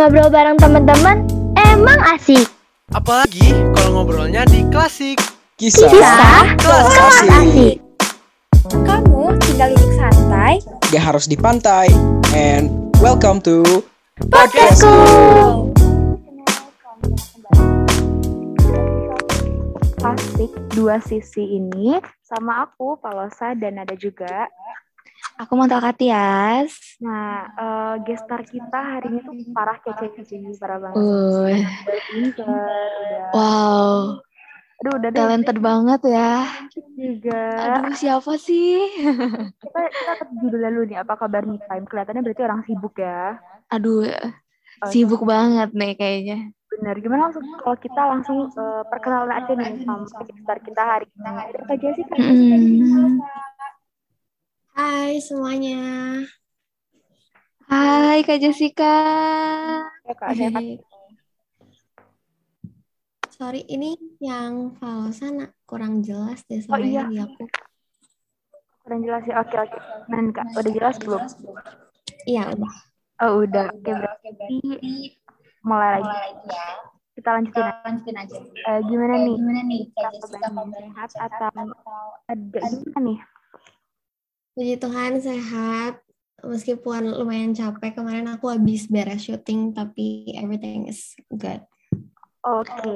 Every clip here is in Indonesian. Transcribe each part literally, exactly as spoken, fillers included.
Ngobrol bareng teman-teman emang asik. Apalagi kalau ngobrolnya di Klasik. Kisah, Kelas kelas Asik. asik. Kamu tinggal duduk santai. Gak harus di pantai. And welcome to Podcastku. Asik dua sisi ini sama aku Palosa dan ada juga. Aku mau tahu Katias. Nah, uh, guest star kita hari ini tuh parah kece-kece, parah banget. Uh, Udah pinter, udah. wow, Aduh, udah deh. talented banget ya. Juga. Aduh, siapa sih? Kita kita ke judul dulu nih. Apa kabar me time? Kelihatannya berarti orang sibuk ya. Aduh, sibuk banget nih kayaknya. Bener. Gimana langsung kalau kita langsung uh, perkenalan aja nih sama guest star kita hari ini. Ada apa aja sih? Mm. Hai semuanya. Hai Kak Jessica. Ya, Kak, sehat. Sorry, ini yang Falosan kurang jelas deh Oh, iya. soalnya di aku. Kurang jelas ya. Oke, oke. Nah, Kak, udah jelas belum? Iya, udah. Oh, udah. Oke, berarti mulai lagi. Kita lanjutin aja. lanjutin aja. Eh, gimana nih? Gimana nih? Kita Kak Jessica kabarnya kabarnya sehat atau ada gimana nih? Puji Tuhan sehat. Meskipun lumayan capek, kemarin aku habis beres syuting, tapi everything is good. Oke.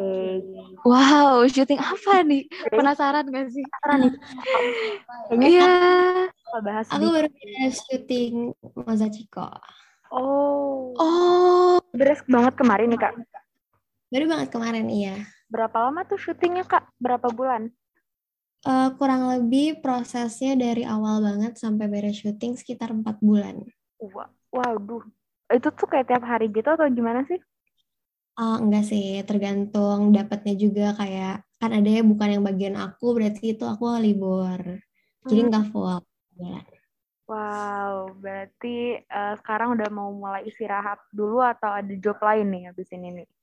Wow, syuting apa nih? Penasaran gak sih? Penasaran nih. Kayaknya Iya. kita bahas Aku di... baru beres syuting Mazachiko. Oh. Oh, Beres banget kemarin nih, Kak. Baru banget kemarin, iya. Berapa lama tuh syutingnya, Kak? Berapa bulan? Uh, kurang lebih prosesnya dari awal banget sampai beres syuting sekitar empat bulan. Wah, waduh. Itu tuh kayak tiap hari gitu atau gimana sih? Uh, enggak sih, tergantung dapatnya juga kayak kan ada ya bukan yang bagian aku, berarti itu aku libur. Jadi Hmm. enggak full bulan. Wow, berarti uh, sekarang udah mau mulai istirahat dulu atau ada job lain nih habis ini nih?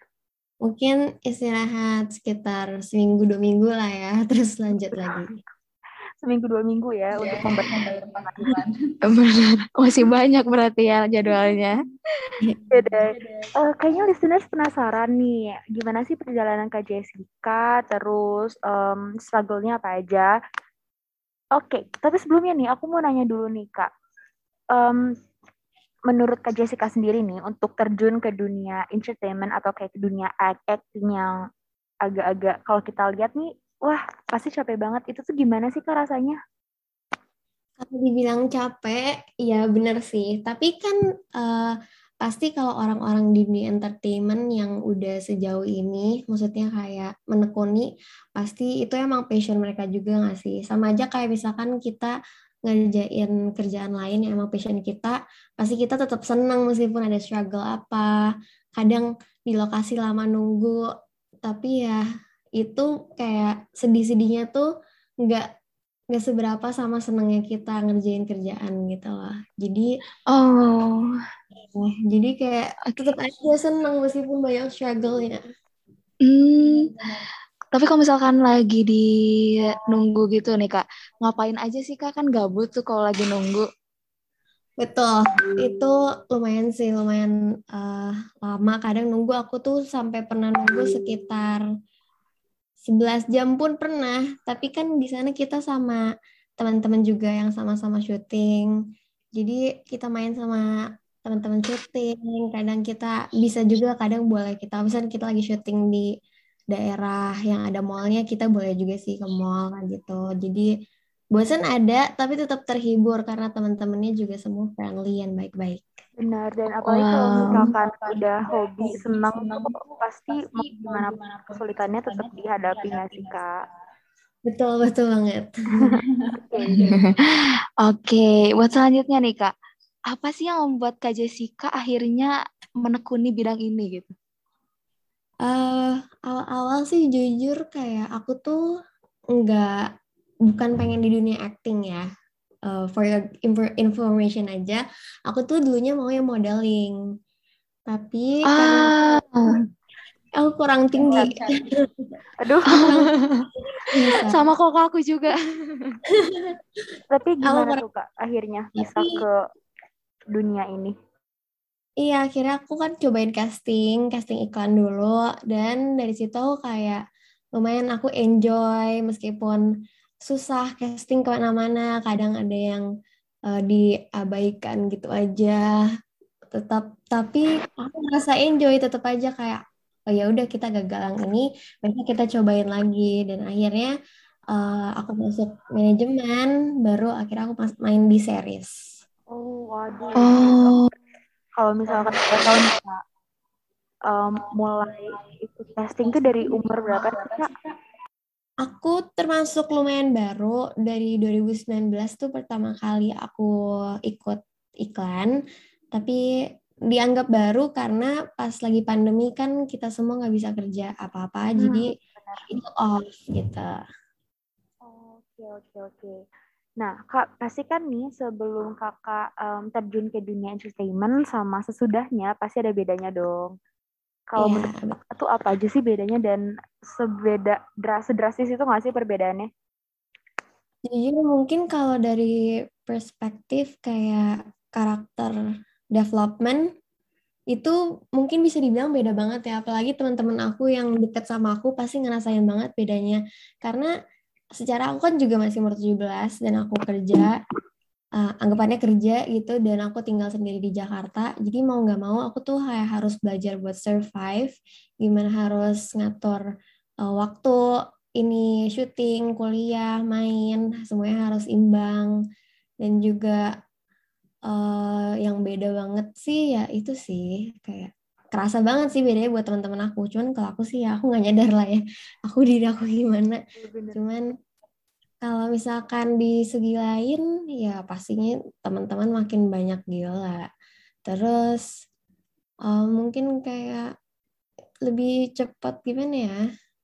Mungkin istirahat sekitar seminggu dua minggu lah ya, terus lanjut lagi. Seminggu dua minggu ya untuk membayar Pengalaman. benar. Masih banyak berarti ya jadwalnya. deh. Uh, kayaknya listeners penasaran nih, gimana sih perjalanan Kak Jessica, terus um, struggle-nya apa aja? Oke, tapi sebelumnya nih, aku mau nanya dulu nih, Kak. Um, menurut Kak Jessica sendiri nih, untuk terjun ke dunia entertainment atau kayak ke dunia acting yang agak-agak, kalau kita lihat nih, wah, pasti capek banget. Itu tuh gimana sih, Kak, rasanya? Kalau dibilang capek, ya bener sih. Tapi kan uh, pasti kalau orang-orang di dunia entertainment yang udah sejauh ini, maksudnya kayak menekuni, pasti itu emang passion mereka juga nggak sih? Sama aja kayak misalkan kita ngerjain kerjaan lain yang emang passion kita, pasti kita tetap senang meskipun ada struggle apa. Kadang di lokasi lama nunggu, tapi ya itu kayak sedih-sedihnya tuh nggak nggak seberapa sama senengnya kita ngerjain kerjaan gitu loh. Jadi Oh, eh, jadi kayak tetap aja seneng meskipun banyak struggle-nya. hmm. Tapi kalau misalkan lagi di nunggu gitu nih Kak, ngapain aja sih Kak? Kan gabut tuh kalau lagi nunggu. Betul, itu lumayan sih, lumayan uh, lama. Kadang nunggu aku tuh sampai pernah nunggu sekitar sebelas jam pun pernah. Tapi kan di sana kita sama teman-teman juga yang sama-sama syuting. Jadi kita main sama teman-teman syuting. Kadang kita bisa juga, kadang boleh kita, misalnya kita lagi syuting di daerah yang ada mallnya, kita boleh juga sih ke mall kan gitu. Jadi bosan ada, tapi tetap terhibur karena teman-temannya juga semua friendly dan baik-baik. Benar, dan apalagi kalau Wow. misalkan udah hobi, senang tuh pasti mau gimana pun kesulitannya tetap dihadapi nggak sih, Kak? Betul, betul banget. Oke. Oke, buat selanjutnya nih Kak, apa sih yang membuat Kak Jessica akhirnya menekuni bidang ini gitu? Uh, awal-awal sih jujur kayak aku tuh nggak, bukan pengen di dunia acting ya. Uh, for your infor- information aja, aku tuh dulunya mau yang modeling. Tapi karena Ah, aku kurang tinggi. Aduh, Bisa. sama kok aku juga. tapi gimana Aku tuh, Kak, akhirnya bisa Tapi- ke dunia ini? Iya, akhirnya aku kan cobain casting, casting iklan dulu, dan dari situ aku kayak lumayan aku enjoy meskipun susah casting kemana-mana, kadang ada yang eh, diabaikan gitu aja, tetap tapi aku merasa enjoy tetap aja kayak oh ya udah kita gagal yang ini, besok kita cobain lagi dan akhirnya eh, aku masuk manajemen, baru akhirnya aku mas- main di series. Oh, waduh. Oh, Kalau misalkan boleh tahu nih Kak, em, mulai ikut casting tuh dari umur berapa sih Kak? Aku termasuk lumayan baru, dari dua ribu sembilan belas tuh pertama kali aku ikut iklan, tapi dianggap baru karena pas lagi pandemi kan kita semua nggak bisa kerja apa-apa, Hmm, jadi benar. itu off gitu. Oke, oke, oke. Nah, Kak, pasti kan nih sebelum Kakak em, terjun ke dunia entertainment sama sesudahnya pasti ada bedanya dong. Kalau Iya, menurut Kakak tuh apa aja sih bedanya dan sebeda dras drastis itu nggak sih perbedaannya? jujur mungkin kalau dari perspektif kayak karakter development itu mungkin bisa dibilang beda banget ya. Apalagi teman-teman aku yang deket sama aku pasti ngerasain banget bedanya. Karena secara aku kan juga masih umur tujuh belas dan aku kerja, uh, anggapannya kerja gitu, dan aku tinggal sendiri di Jakarta. Jadi mau nggak mau aku tuh kayak harus belajar buat survive, gimana harus ngatur uh, waktu ini syuting, kuliah, main, semuanya harus imbang. Dan juga eh yang beda banget sih ya itu sih kayak kerasa banget sih bedanya buat teman-teman aku. Cuman kalau aku sih ya aku nggak nyadar lah ya. Aku diri aku gimana. Bener. Cuman kalau misalkan di segi lain ya pastinya teman-teman makin banyak gila. Terus eh, mungkin kayak lebih cepat gimana ya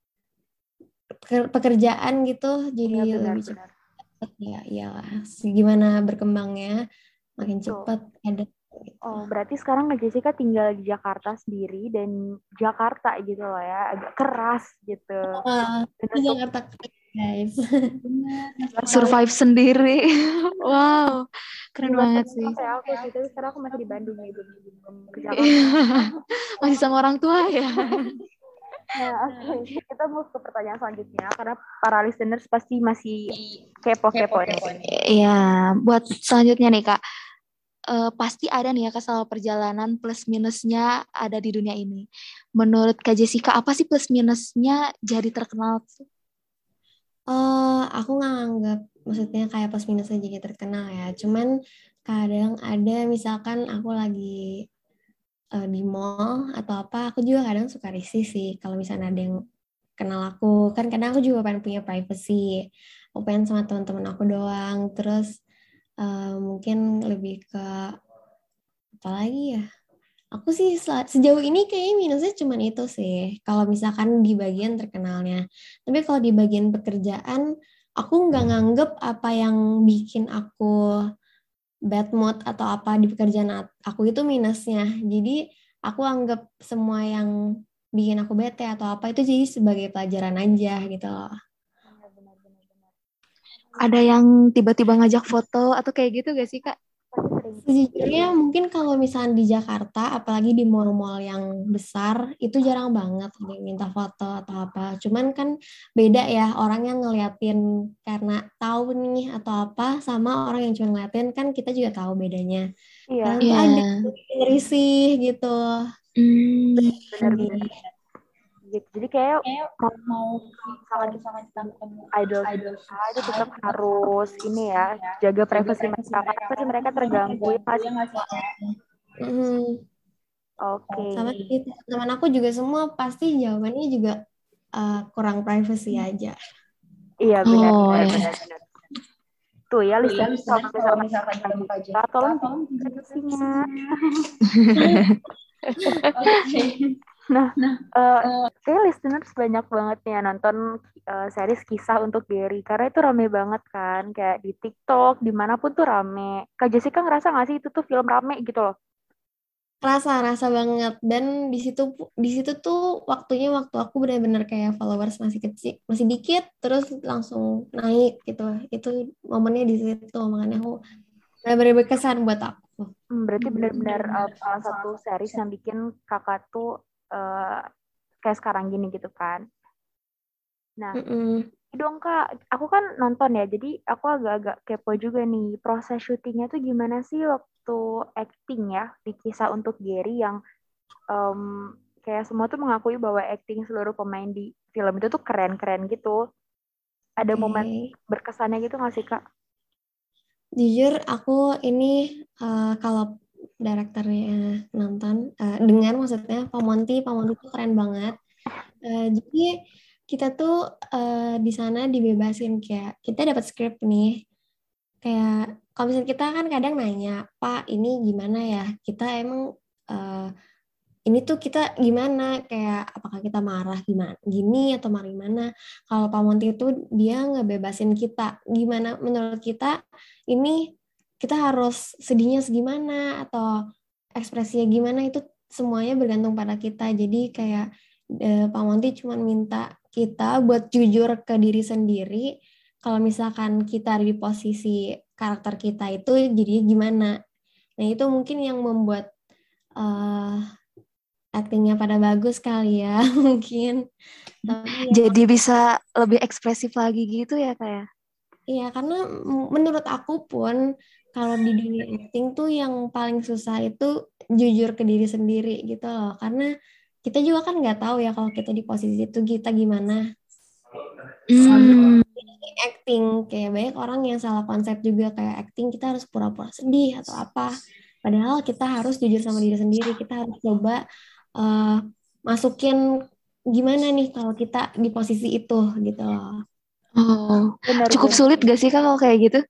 peker- pekerjaan gitu jadi Iya, lebih benar-benar. cepat ya iyalah gimana berkembangnya makin Betul. cepat ada gitu. Oh, berarti sekarang Kak Jessica tinggal di Jakarta sendiri dan Jakarta gitu loh ya, agak keras gitu. Wah, Dan di untuk Jakarta guys. benar, nggak tahu survive sendiri. Wow, keren gimana banget sih. kayak aku sih, tapi sekarang aku masih di Bandung nih, belum, belum ke Jakarta. Masih sama orang tua ya. Nah, oke, kita mau ke pertanyaan selanjutnya karena para listeners pasti masih kepo-kepo nih. Iya, buat selanjutnya nih Kak. Eh, pasti ada nih ya Kak soal perjalanan plus minusnya ada di dunia ini. Menurut Kak Jessica, apa sih plus minusnya jadi terkenal? Oh, aku nggak nganggap maksudnya kayak plus minus aja jadi terkenal ya. Cuman kadang ada misalkan aku lagi eh, di mall atau apa, aku juga kadang suka risih sih kalau misalnya ada yang kenal aku. Kan kadang aku juga pengen punya privacy. Aku pengen sama teman-teman aku doang. Terus eh, mungkin lebih ke apa lagi ya? Aku sih sel- sejauh ini kayaknya minusnya cuma itu sih. Kalau misalkan di bagian terkenalnya. Tapi kalau di bagian pekerjaan, aku nggak nganggep apa yang bikin aku bad mood atau apa di pekerjaan at- aku itu minusnya. Jadi aku anggap semua yang bikin aku bete atau apa itu jadi sebagai pelajaran aja gitu loh. Benar, benar, benar. Ada yang tiba-tiba ngajak foto atau kayak gitu gak sih Kak? Pasti sering. Sejujurnya mungkin kalau misalnya di Jakarta, apalagi di mall-mall yang besar, itu jarang banget ada yang minta foto atau apa. Cuman kan beda ya orang yang ngeliatin karena tahu nih atau apa, sama orang yang cuma ngeliatin kan kita juga tahu bedanya. Iya, Kadang tuh ada Iya. yang risih gitu. Hmm. benar-benar gitu. Jadi kayak mau kalau misalkan kita ketemu idol kita itu tetap harus ini ya, jaga privasi mereka karena pasti mereka terganggu ya nggak sih? Mm. Oke. Sama sih teman aku juga semua pasti jawabannya juga uh, kurang privacy aja. Iya, benar, Oh benar, ya. benar, benar. Tuh ya, listeners, kalau misalkan kita buka, tolong privasinya. Nah, eh kayak listeners banyak banget nih ya nonton eh, series kisah untuk Gary karena itu rame banget kan, kayak di TikTok dimanapun tuh rame. Kak Jessica ngerasa nggak sih itu tuh film rame gitu loh? Rasa rasa banget, dan di situ di situ tuh waktunya waktu aku benar-benar kayak followers masih kecil, masih dikit, terus langsung naik gitu. Itu momennya di situ, makanya aku benar-benar berkesan buat aku. aku. Hmm, berarti benar-benar uh, salah satu series yang bikin kakak tuh uh, kayak sekarang gini gitu kan. Nah, Mm-mm. dong kak, aku kan nonton ya, jadi aku agak-agak kepo juga nih, proses syutingnya tuh gimana sih waktu acting ya, di Kisah Untuk Gary yang um, kayak semua tuh mengakui bahwa acting seluruh pemain di film itu tuh keren-keren gitu. Ada Oke. momen berkesannya gitu nggak sih kak? Jujur aku ini uh, kalau direkturnya nonton, uh, dengar maksudnya Pak Monty, Pak Monty itu keren banget. Uh, jadi kita tuh uh, di sana dibebasin kayak kita dapat skrip nih. Kayak kalau misalnya kita kan kadang nanya, Pak ini gimana ya? Kita emang uh, ini tuh kita gimana, kayak apakah kita marah gimana gini atau marah gimana. Kalau Pak Monty itu dia ngebebasin kita gimana menurut kita ini kita harus sedihnya segimana atau ekspresinya gimana, itu semuanya bergantung pada kita. Jadi kayak eh, Pak Monty cuma minta kita buat jujur ke diri sendiri kalau misalkan kita ada di posisi karakter kita itu jadi gimana. Nah itu mungkin yang membuat uh, aktingnya pada bagus kali ya mungkin. Tapi ya, Jadi bisa lebih ekspresif lagi gitu ya kayak. iya karena menurut aku pun kalau di dunia acting tuh yang paling susah itu jujur ke diri sendiri gitu loh. Karena kita juga kan nggak tahu ya kalau kita di posisi itu kita gimana. Hmm. Acting kayak banyak orang yang salah konsep juga kayak acting kita harus pura-pura sedih atau apa. Padahal kita harus jujur sama diri sendiri. Kita harus coba uh, masukin gimana nih kalau kita di posisi itu gitu loh. Oh, Benar cukup benar. sulit gak sih kak kalau kayak gitu?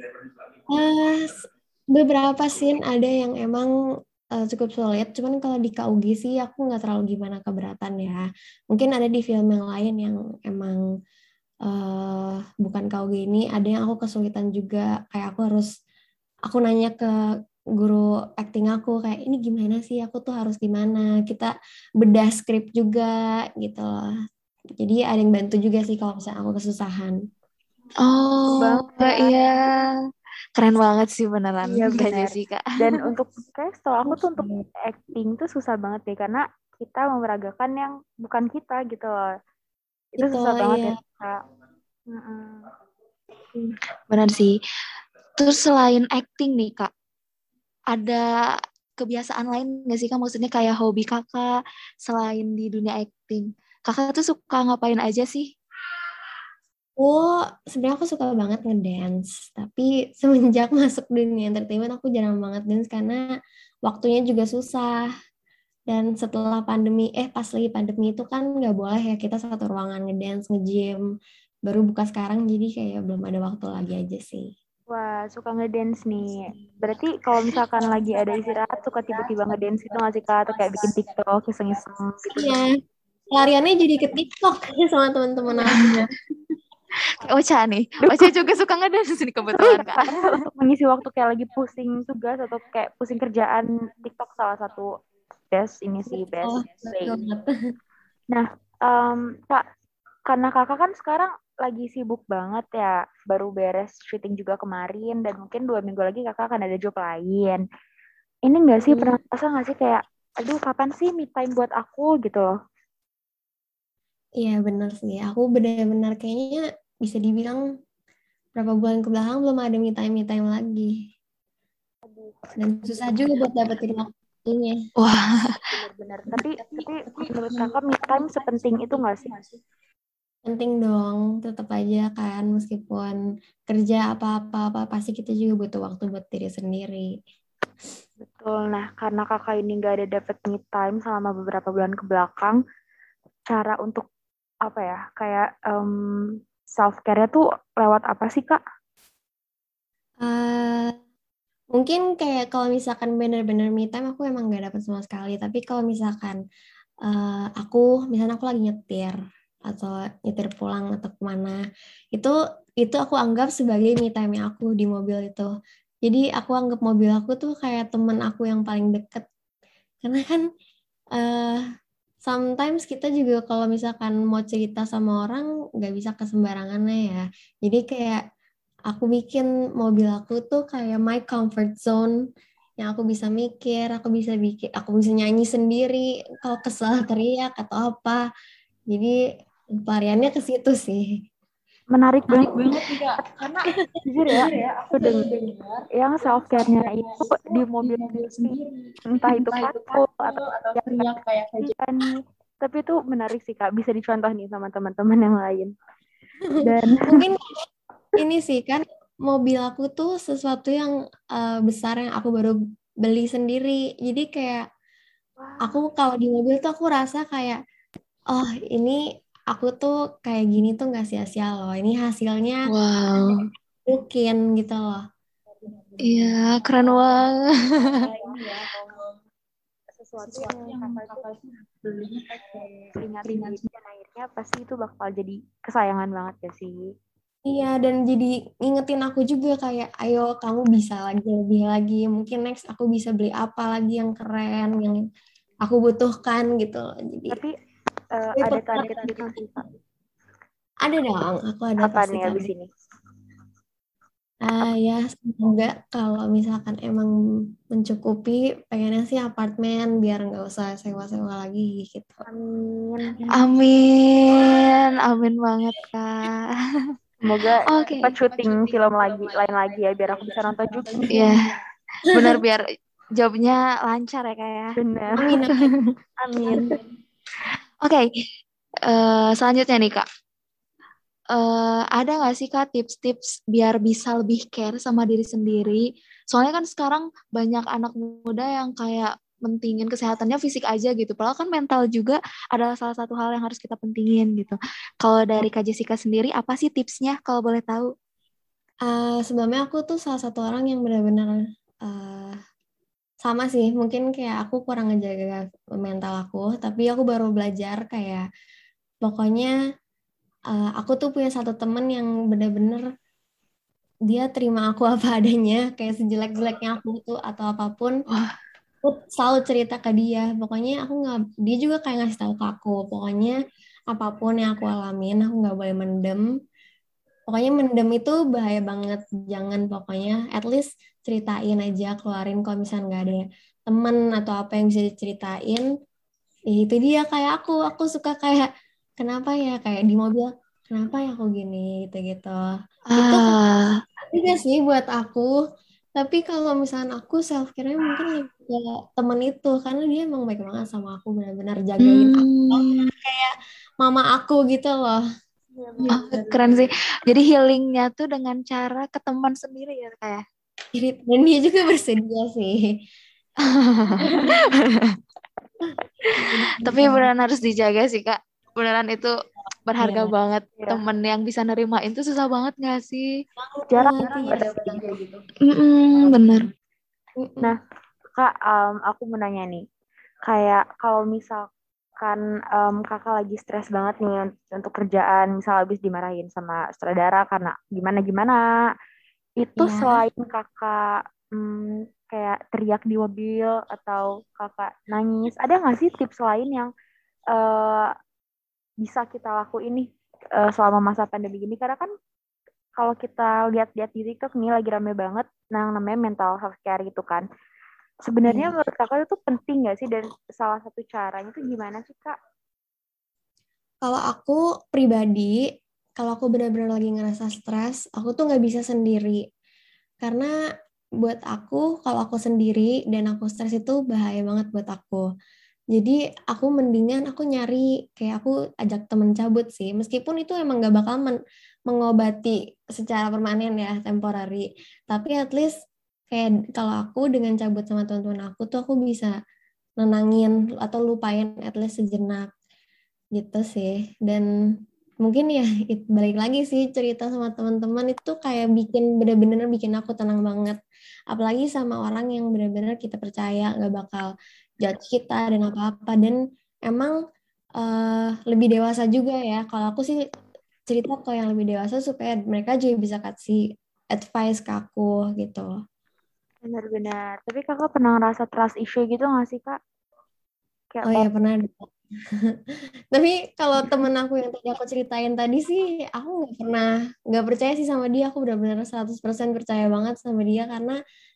Uh, beberapa scene ada yang emang uh, cukup sulit. Cuman kalau di K U G sih aku nggak terlalu gimana keberatan ya. Mungkin ada di film yang lain yang emang uh, bukan K U G ini ada yang aku kesulitan juga. Kayak aku harus aku nanya ke guru acting aku kayak ini gimana sih, aku tuh harus gimana, kita bedah skrip juga gitu loh. Jadi ada yang bantu juga sih kalau misalnya aku kesusahan. Oh, Banget ya. iya. Keren banget sih beneran Iya Kak benar. Jessica. Dan untuk kayak setahu aku tuh untuk acting tuh susah banget deh karena kita memeragakan yang bukan kita gitu loh. Itu Gitu susah banget ya. ya kak. Mm-mm. Benar sih. Terus selain acting nih kak, ada kebiasaan lain nggak sih kak? Maksudnya kayak hobi kakak selain di dunia acting. Kakak tuh suka ngapain aja sih? Oh, sebenarnya aku suka banget ngedance, tapi semenjak masuk dunia entertainment aku jarang banget dance karena waktunya juga susah. Dan setelah pandemi, eh pas lagi pandemi itu kan nggak boleh ya kita satu ruangan ngedance, nge-gym. Baru buka sekarang jadi kayak belum ada waktu lagi aja sih. Wah, suka ngedance nih. Berarti kalau misalkan lagi ada istirahat suka tiba-tiba ngedance itu nggak sih kak? Atau kayak bikin TikTok, iseng-iseng gitu. Iya, lariannya jadi ke TikTok sama teman-teman aku. Kayak Ocha nih. Duh, Ocha juga suka ngedance nih seru kebetulan ya kak. kak untuk mengisi waktu kayak lagi pusing tugas atau kayak pusing kerjaan, TikTok salah satu best ini sih, best Oh, way. banget. Nah, um, kak, karena kakak kan sekarang lagi sibuk banget ya, baru beres syuting juga kemarin dan mungkin dua minggu lagi kakak akan ada job lain. Ini nggak sih, pernah Hmm. merasa nggak sih kayak, aduh kapan sih me time buat aku gitu loh? Iya benar sih. Aku benar-benar kayaknya bisa dibilang berapa bulan ke belakang belum ada me time me time lagi. Dan susah juga buat dapetin waktunya. Wah, Benar-benar. Tapi tapi menurut kakak me time sepenting itu nggak sih? Penting dong, tetap aja kan meskipun kerja apa-apa apa pasti kita juga butuh waktu buat diri sendiri. Betul. Nah, karena kakak ini nggak ada dapet me time selama beberapa bulan ke belakang, cara untuk apa ya, kayak um, self care-nya tuh lewat apa sih kak? Uh, mungkin kayak kalau misalkan bener-bener me time aku emang gak dapet sama sekali. Tapi kalau misalkan uh, aku, misalnya aku lagi nyetir atau nyetir pulang atau kemana, itu itu aku anggap sebagai me time aku di mobil itu. Jadi aku anggap mobil aku tuh kayak temen aku yang paling deket. Karena kan uh, sometimes kita juga kalau misalkan mau cerita sama orang nggak bisa kesembarangannya ya. Jadi kayak aku bikin mobil aku tuh kayak my comfort zone yang aku bisa mikir, aku bisa bikin, aku bisa nyanyi sendiri, kalau kesel teriak atau apa. Jadi pelariannya ke situ sih. Menarik banget banget nih Kak, karena jujur ya, jujur ya aku aku dengar dengar yang self care-nya self-care-nya itu itu di di mobil mobil sendiri, sendiri, entah itu entah itu kaku atau kaku atau yang teriak kayak kayak nih. Tapi itu menarik sih Kak, bisa dicontoh nih sama teman-teman yang lain. Dan Mungkin ini sih kan mobil aku tuh sesuatu yang uh, besar yang aku baru beli sendiri. Jadi kayak aku kalau di mobil tuh aku rasa kayak oh ini aku tuh kayak gini tuh nggak sia-sia loh. Ini hasilnya Wow. mungkin gitu loh. Iya, keren banget. ini ya ngomong sesuatu sesuatu yang yang kakak kakak itu itu belinya pakai keringat keringat sendiri dan akhirnya pasti itu bakal jadi kesayangan banget ya sih. Iya, dan jadi ngingetin aku juga kayak, ayo kamu bisa lagi, lebih lagi. Mungkin next aku bisa beli apa lagi yang keren, yang aku butuhkan gitu loh. Jadi, Tapi uh, itu ada target gitu sih Kak. ada dong, aku ada Apa pasti nih abis target. ini? Ah ya, semoga kalau misalkan emang mencukupi, pengennya sih apartemen biar nggak usah sewa-sewa lagi gitu. Amin. Amin, amin banget Kak. Semoga Oke. cepat syuting film lagi lain lagi ya biar aku bisa nonton juga. Iya, benar biar jobnya lancar ya Kak ya. Benar. Amin, amin. Amin. Oke, eh, selanjutnya nih Kak. Eh, ada nggak sih Kak tips-tips biar bisa lebih care sama diri sendiri? Soalnya kan sekarang banyak anak muda yang kayak mentingin kesehatannya fisik aja gitu. Padahal kan mental juga adalah salah satu hal yang harus kita pentingin gitu. Kalau dari Kak Jessica sendiri, apa sih tipsnya kalau boleh tahu? Uh, sebelumnya aku tuh salah satu orang yang benar-benar uh, sama sih, mungkin kayak aku kurang ngejaga mental aku, tapi aku baru belajar kayak pokoknya uh, aku tuh punya satu temen yang bener-bener dia terima aku apa adanya, kayak sejelek-jeleknya aku tuh atau apapun, Wah, aku selalu cerita ke dia. Pokoknya aku nggak, dia juga kayak ngasih tahu ke aku, pokoknya apapun yang aku alamin, aku nggak boleh mendem. Pokoknya mendem itu bahaya banget. Jangan pokoknya at least ceritain aja, keluarin kalau misalnya nggak ada temen atau apa yang bisa diceritain. Ya itu dia kayak aku. Aku suka kayak, kenapa ya? Kayak di mobil, kenapa ya aku gini gitu-gitu. Itu kan ah, juga sih buat aku. Tapi kalau misalnya aku self care-nya mungkin lebih ke temen itu. Karena dia emang baik banget sama aku. Benar-benar jagain aku. hmm, Kayak mama aku gitu loh. ah, keren sih. Jadi healingnya tuh dengan cara ke teman sendiri ya kayak. Dan dia juga bersedia sih. Tapi beneran harus dijaga sih Kak. Beneran itu berharga Iya, banget. Ya, Temen yang bisa nerimain tuh susah banget gak sih? jarang banget, iya banget sih. sih. Mm-mm, bener. Nah, Kak, um, aku mau nanya nih. Kayak kalau misalkan um, Kakak lagi stres banget nih un- untuk kerjaan, misal habis dimarahin sama sutradara karena gimana-gimana, itu Ya, selain Kakak hmm, kayak teriak di mobil atau Kakak nangis, ada nggak sih tips lain yang eh, bisa kita lakuin nih eh, selama masa pandemi gini? Karena kan kalau kita lihat-lihat di TikTok nih lagi rame banget, nah yang namanya mental health care gitu kan. Sebenarnya iya. menurut kakak itu penting nggak sih? Dan salah satu caranya itu gimana sih kak? Kalau aku pribadi, kalau aku benar-benar lagi ngerasa stres, aku tuh nggak bisa sendiri. Karena buat aku, kalau aku sendiri dan aku stres itu bahaya banget buat aku. Jadi aku mendingan aku nyari, kayak aku ajak temen cabut sih. Meskipun itu emang nggak bakal men- mengobati secara permanen ya, temporary. Tapi at least kayak kalau aku dengan cabut sama teman-teman aku tuh aku bisa nenangin atau lupain at least sejenak gitu sih. Dan mungkin ya it, balik lagi sih cerita sama teman-teman itu kayak bikin bener-bener bikin aku tenang banget. Apalagi sama orang yang bener-bener kita percaya nggak bakal judge kita dan apa-apa. Dan emang uh, lebih dewasa juga ya. Kalau aku sih cerita ke yang lebih dewasa supaya mereka juga bisa kasih advice ke aku gitu. Benar-benar. Tapi kakak pernah ngerasa trust issue gitu nggak sih kak? Kayak Oh oh ya pernah. Tapi kalau temen aku yang tadi aku ceritain tadi sih, aku nggak pernah nggak percaya sih sama dia. Aku benar-benar seratus persen percaya banget sama dia karena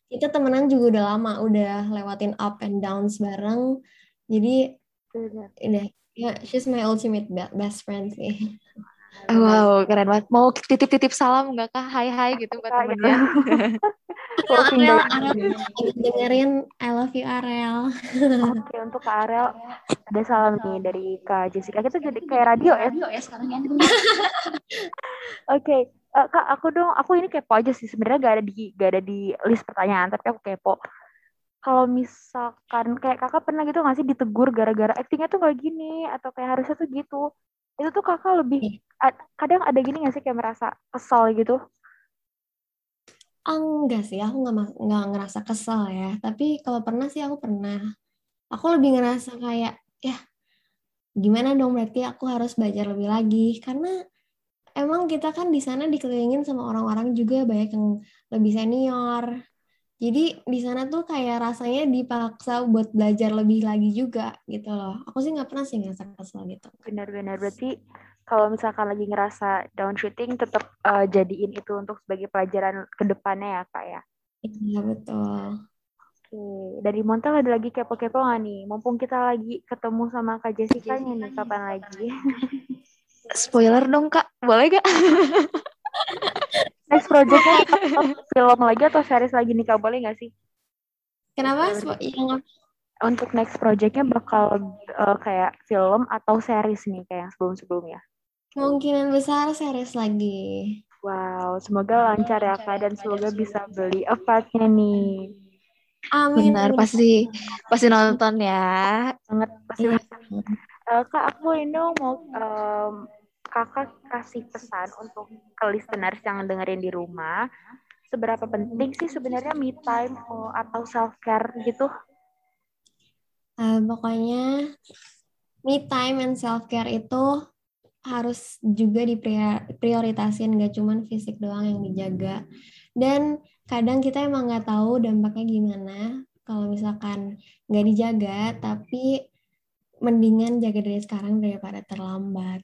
kita temenan juga udah lama, udah lewatin up and downs bareng. Jadi Bener. udah ya, she's my ultimate be- best friend sih. Wow, keren banget. Mau titip-titip salam nggak kak? Hai-hai gitu buat Kak, gitu. temennya. Walking Arel, by- Arel lagi dengerin I love you Arel. Oke, untuk Kak Arel ada salam nih dari Kak Jessica. Kita jadi kayak radio ya. ya sekarang ya. Oke, eh, Kak, aku dong, aku ini kepo aja sih. Sebenarnya gak ada di gak ada di list pertanyaan, tapi aku kepo. Kalau misalkan kayak kakak pernah gitu nggak sih ditegur gara-gara aktingnya tuh kayak gini atau kayak harusnya tuh gitu? Itu tuh kakak lebih a- kadang ada gini nggak sih kayak merasa kesal gitu? Ah, enggak sih, aku nggak ma- nggak ngerasa kesel ya. Tapi kalau pernah sih aku pernah. Aku lebih ngerasa kayak ya gimana dong, berarti aku harus belajar lebih lagi karena emang kita kan di sana dikelilingin sama orang-orang juga banyak yang lebih senior. Jadi di sana tuh kayak rasanya dipaksa buat belajar lebih lagi juga gitu loh. Aku sih nggak pernah sih ngerasa kesel gitu. Benar-benar berarti kalau misalkan lagi ngerasa down shooting tetap eh, jadiin itu untuk sebagai pelajaran ke depannya ya kak ya. Iya betul. Oke, dari Montel ada lagi kepo-kepo nggak nih? Mumpung kita lagi ketemu sama Kak Jessica nih, kapan lagi? Spoiler dong kak, boleh gak? Next projectnya film lagi atau series lagi nih kak, boleh nggak sih? Kenapa? Spo- Yang Untuk next projectnya bakal eh, kayak film atau series nih kayak yang sebelum-sebelumnya. kemungkinan besar series lagi. Wow, semoga lancar ya kak dan semoga bisa beli apartnya nih. Amin. Benar, amin. pasti pasti nonton ya. Banget pasti. Iya. Eh, kak, aku ini mau em, kakak kasih pesan untuk ke listeners yang dengerin di rumah. Seberapa penting sih sebenarnya me time oh, atau self care gitu? Eh, pokoknya me time and self care itu harus juga diprioritasin, gak cuman fisik doang yang dijaga. Dan kadang kita emang nggak tahu dampaknya gimana kalau misalkan nggak dijaga, tapi mendingan jaga dari sekarang daripada terlambat.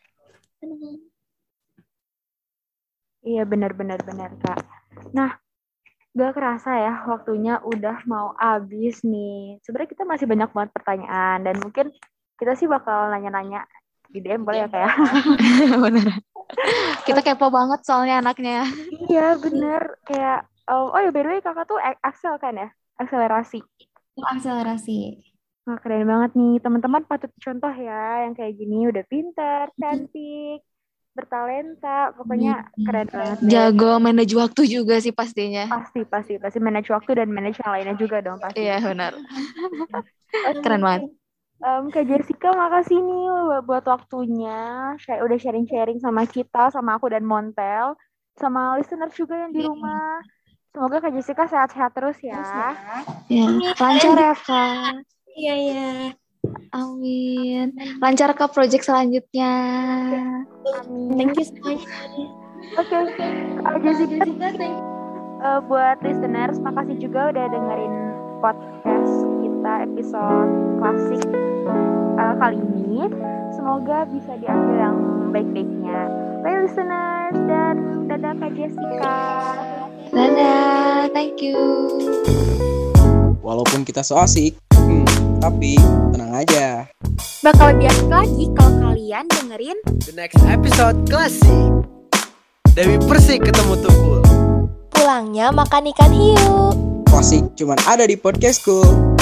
Iya benar-benar benar kak. Nah, gak kerasa ya waktunya udah mau habis nih. Sebenarnya kita masih banyak banget pertanyaan dan mungkin kita sih bakal nanya-nanya di D M boleh ya kayak. Bener. Kita kepo banget soalnya anaknya. Iya bener kayak oh, oh ya by the way kakak tuh Excel kan ya? Akselerasi. Akselerasi. Wah, keren banget nih. Teman-teman patut contoh ya yang kayak gini udah pintar, cantik, bertalenta, pokoknya keren banget deh. Jago manage waktu juga sih pastinya. Pasti, pasti, pasti manage waktu dan manage yang lainnya juga dong pasti. Iya benar. Keren banget. Um, Kak Jessica, makasih nih buat waktunya. Share, udah sharing-sharing sama kita, sama aku dan Montel, sama listeners juga yang di rumah. Semoga Kak Jessica sehat-sehat terus ya. Ya, lancar ya Kak. Iya, iya. Amin. Lancar ke project selanjutnya. Amin. Thank you semuanya. Oke, Kak Jessica, uh, buat listeners, makasih juga udah dengerin podcast kita episode klasik uh, kali ini. Semoga bisa diambil yang baik-baiknya. Bye listeners, dan dadah Kak Jessica. Dadah, thank you. Walaupun kita so asik, hmm, tapi tenang aja. Bakal lebih asik lagi kalau kalian dengerin The next episode klasik. Dewi Persik ketemu Tukul. Pulangnya makan ikan hiu. Klasik cuman ada di podcastku.